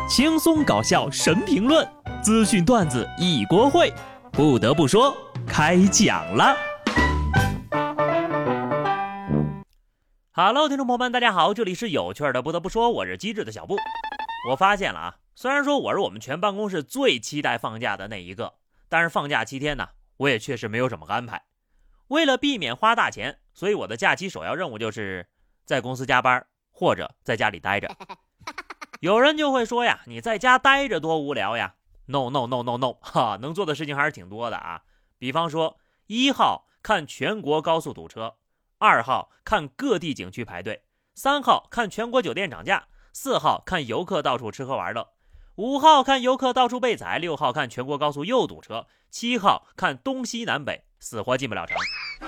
轻松搞笑神评论，资讯段子一锅烩。不得不说，开讲了。Hello， 听众朋友们，大家好，这里是有趣的。不得不说，我是机智的小布。我发现了啊，虽然说我是我们全办公室最期待放假的那一个，但是放假7天呢，我也确实没有什么安排。为了避免花大钱，所以我的假期首要任务就是在公司加班，或者在家里待着。有人就会说呀，你在家待着多无聊呀。No， 哈，能做的事情还是挺多的啊。比方说，1号看全国高速堵车，2号看各地景区排队，3号看全国酒店涨价，4号看游客到处吃喝玩乐，5号看游客到处被宰，6号看全国高速又堵车，7号看东西南北死活进不了城。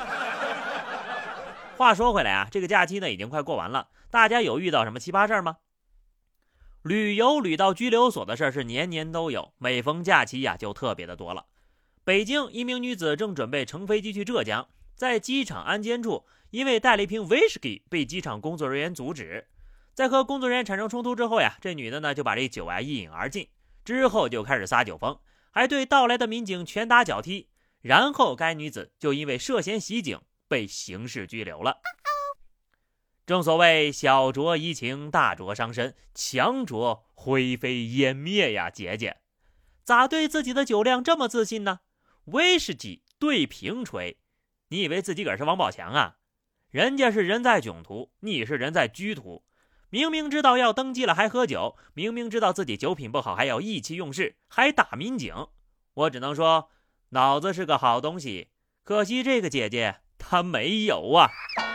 话说回来啊，这个假期呢已经快过完了，大家有遇到什么奇葩事儿吗？旅游屡到拘留所的事儿是年年都有，每逢假期呀就特别的多了。北京一名女子正准备乘飞机去浙江，在机场安检处因为带了一瓶威士忌被机场工作人员阻止，在和工作人员产生冲突之后呀，这女的呢就把这酒一饮而尽，之后就开始撒酒疯，还对到来的民警拳打脚踢，然后该女子就因为涉嫌袭警被刑事拘留了。正所谓小酌怡情，大酌伤身，强酌灰飞烟灭呀，姐姐咋对自己的酒量这么自信呢？威士忌对瓶吹，你以为自己个儿是王宝强啊？人家是人在囧途，你是人在居途。明明知道要登机了还喝酒，明明知道自己酒品不好还要意气用事，还打民警。我只能说脑子是个好东西，可惜这个姐姐她没有啊。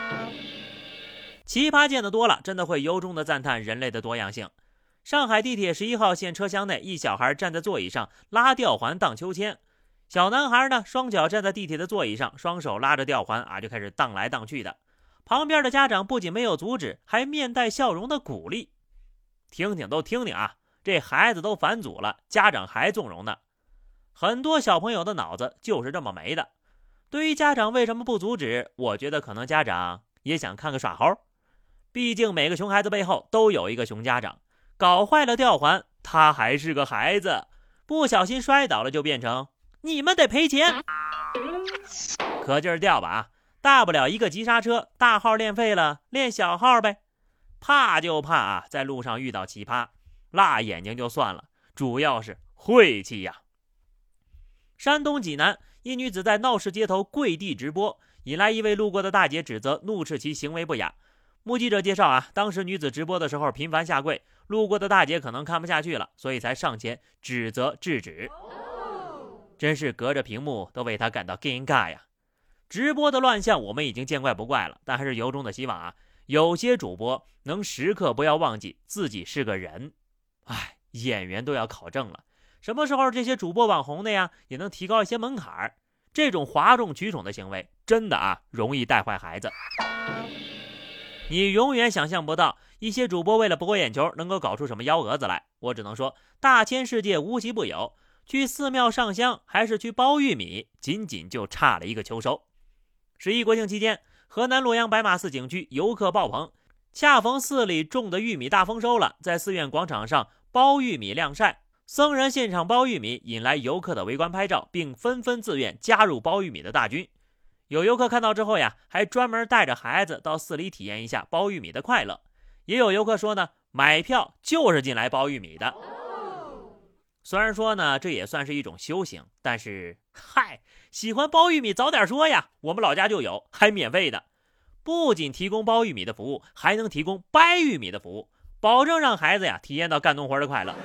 奇葩见得多了，真的会由衷的赞叹人类的多样性。上海地铁11号线车厢内，一小孩站在座椅上拉吊环荡秋千，小男孩呢双脚站在地铁的座椅上，双手拉着吊环就开始荡来荡去的。旁边的家长不仅没有阻止，还面带笑容的鼓励。听听啊，这孩子都返祖了，家长还纵容呢。很多小朋友的脑子就是这么没的。对于家长为什么不阻止，我觉得可能家长也想看个耍猴。毕竟每个熊孩子背后都有一个熊家长，搞坏了吊环，他还是个孩子，不小心摔倒了就变成你们得赔钱。可劲儿吊吧啊，大不了一个急刹车，大号练废了，练小号呗。怕就怕在路上遇到奇葩，辣眼睛就算了，主要是晦气呀。山东济南一女子在闹市街头跪地直播，引来一位路过的大姐指责，怒斥其行为不雅。目击者介绍当时女子直播的时候频繁下跪，路过的大姐可能看不下去了，所以才上前指责制止。真是隔着屏幕都为她感到尴尬呀。直播的乱象我们已经见怪不怪了，但还是由衷的希望有些主播能时刻不要忘记自己是个人。演员都要考证了，什么时候这些主播网红的也能提高一些门槛？这种哗众取宠的行为真的容易带坏孩子。你永远想象不到一些主播为了博眼球能够搞出什么幺蛾子来。我只能说大千世界无奇不有，去寺庙上香还是去包玉米，仅仅就差了一个秋收。11国庆期间，河南洛阳白马寺景区游客爆棚，恰逢寺里种的玉米大丰收了，在寺院广场上包玉米晾晒，僧人现场包玉米，引来游客的围观拍照，并纷纷自愿加入包玉米的大军。有游客看到之后还专门带着孩子到寺里体验一下包玉米的快乐。也有游客说呢，买票就是进来包玉米的。虽然说呢，这也算是一种修行，但是喜欢包玉米早点说呀，我们老家就有，还免费的。不仅提供包玉米的服务，还能提供掰玉米的服务，保证让孩子体验到干农活的快乐。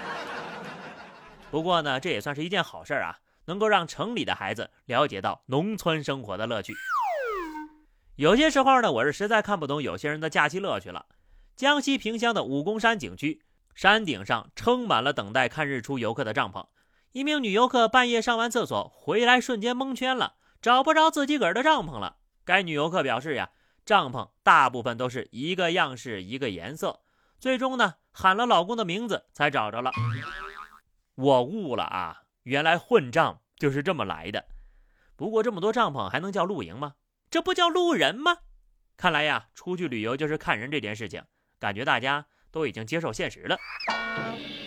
不过呢，这也算是一件好事能够让城里的孩子了解到农村生活的乐趣。有些时候呢，我是实在看不懂有些人的假期乐趣了。江西萍乡的武功山景区，山顶上撑满了等待看日出游客的帐篷。一名女游客半夜上完厕所回来，瞬间蒙圈了，找不着自己个儿的帐篷了。该女游客表示帐篷大部分都是一个样式一个颜色，最终呢喊了老公的名字才找着了。我悟了原来混帐就是这么来的。不过这么多帐篷还能叫露营吗？这不叫路人吗？看来出去旅游就是看人这件事情，感觉大家都已经接受现实了。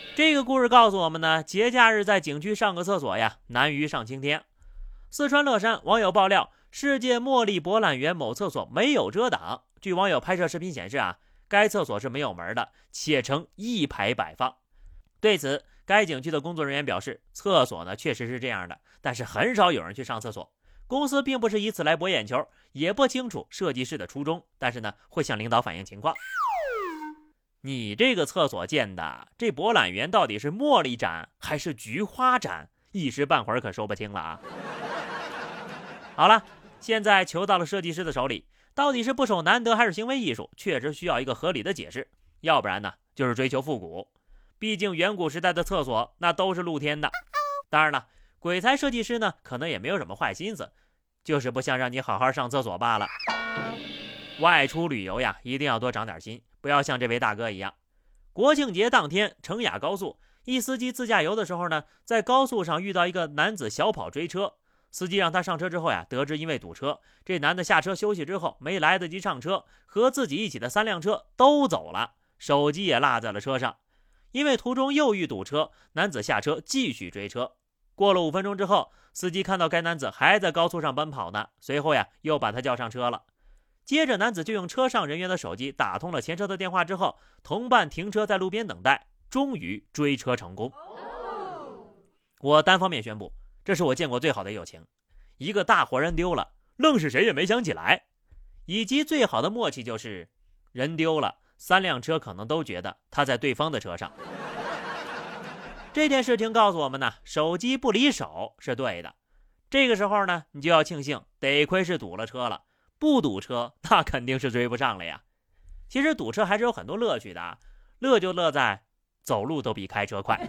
这个故事告诉我们呢，节假日在景区上个厕所呀，难于上青天。四川乐山网友爆料，世界茉莉博览园某厕所没有遮挡。据网友拍摄视频显示啊，该厕所是没有门的，且呈一排摆放。对此，该景区的工作人员表示，厕所呢确实是这样的，但是很少有人去上厕所。公司并不是以此来博眼球，也不清楚设计师的初衷，但是呢会向领导反映情况。你这个厕所建的，这博览园到底是茉莉展还是菊花展？一时半会儿可说不清了啊。好了，现在球到了设计师的手里，到底是不守难得还是行为艺术，确实需要一个合理的解释，要不然呢就是追求复古。毕竟远古时代的厕所那都是露天的。当然了，鬼才设计师呢可能也没有什么坏心思，就是不想让你好好上厕所罢了。外出旅游呀，一定要多长点心，不要像这位大哥一样。国庆节当天，成雅高速一司机自驾游的时候呢，在高速上遇到一个男子小跑追车，司机让他上车之后呀，得知因为堵车，这男的下车休息之后没来得及上车，和自己一起的3辆车都走了，手机也落在了车上。因为途中又遇堵车，男子下车继续追车。过了5分钟之后，司机看到该男子还在高速上奔跑呢，随后呀又把他叫上车了。接着男子就用车上人员的手机打通了前车的电话之后，同伴停车在路边等待，终于追车成功。我单方面宣布，这是我见过最好的友情。一个大活人丢了，愣是谁也没想起来。以及最好的默契就是人丢了，3辆车可能都觉得他在对方的车上。这件事情告诉我们呢，手机不离手是对的。这个时候呢，你就要庆幸，得亏是堵了车了，不堵车那肯定是追不上了呀。其实堵车还是有很多乐趣的啊，乐就乐在走路都比开车快。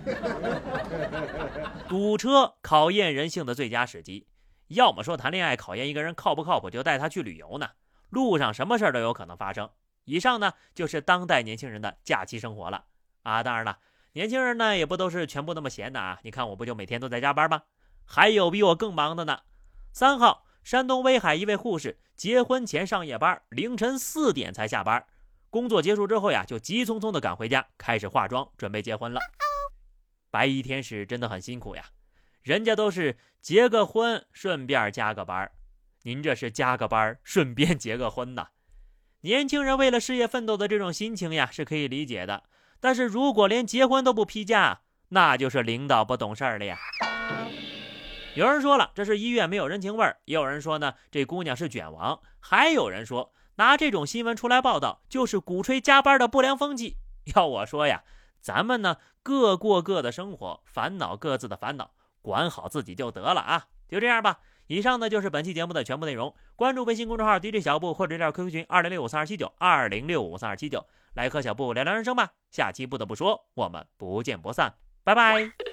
堵车考验人性的最佳时机，要么说谈恋爱考验一个人靠不靠谱，就带他去旅游呢，路上什么事都有可能发生。以上呢就是当代年轻人的假期生活了啊。当然了，年轻人呢也不都是全部那么闲的啊，你看我不就每天都在加班吗？还有比我更忙的呢。3号，山东威海一位护士结婚前上夜班，凌晨4点才下班，工作结束之后呀，就急匆匆的赶回家，开始化妆准备结婚了。白衣天使真的很辛苦呀，人家都是结个婚顺便加个班，您这是加个班顺便结个婚呐。年轻人为了事业奋斗的这种心情呀是可以理解的，但是如果连结婚都不批假，那就是领导不懂事儿了呀。有人说了，这是医院没有人情味儿，也有人说呢，这姑娘是卷王，还有人说拿这种新闻出来报道就是鼓吹加班的不良风气。要我说呀，咱们呢各过各的生活，烦恼各自的烦恼，管好自己就得了啊。就这样吧，以上呢就是本期节目的全部内容。关注微信公众号 DJ 小布或者聊 QQ 群20653279 20653279，来和小布聊聊人生吧。下期不得不说，我们不见不散，拜拜。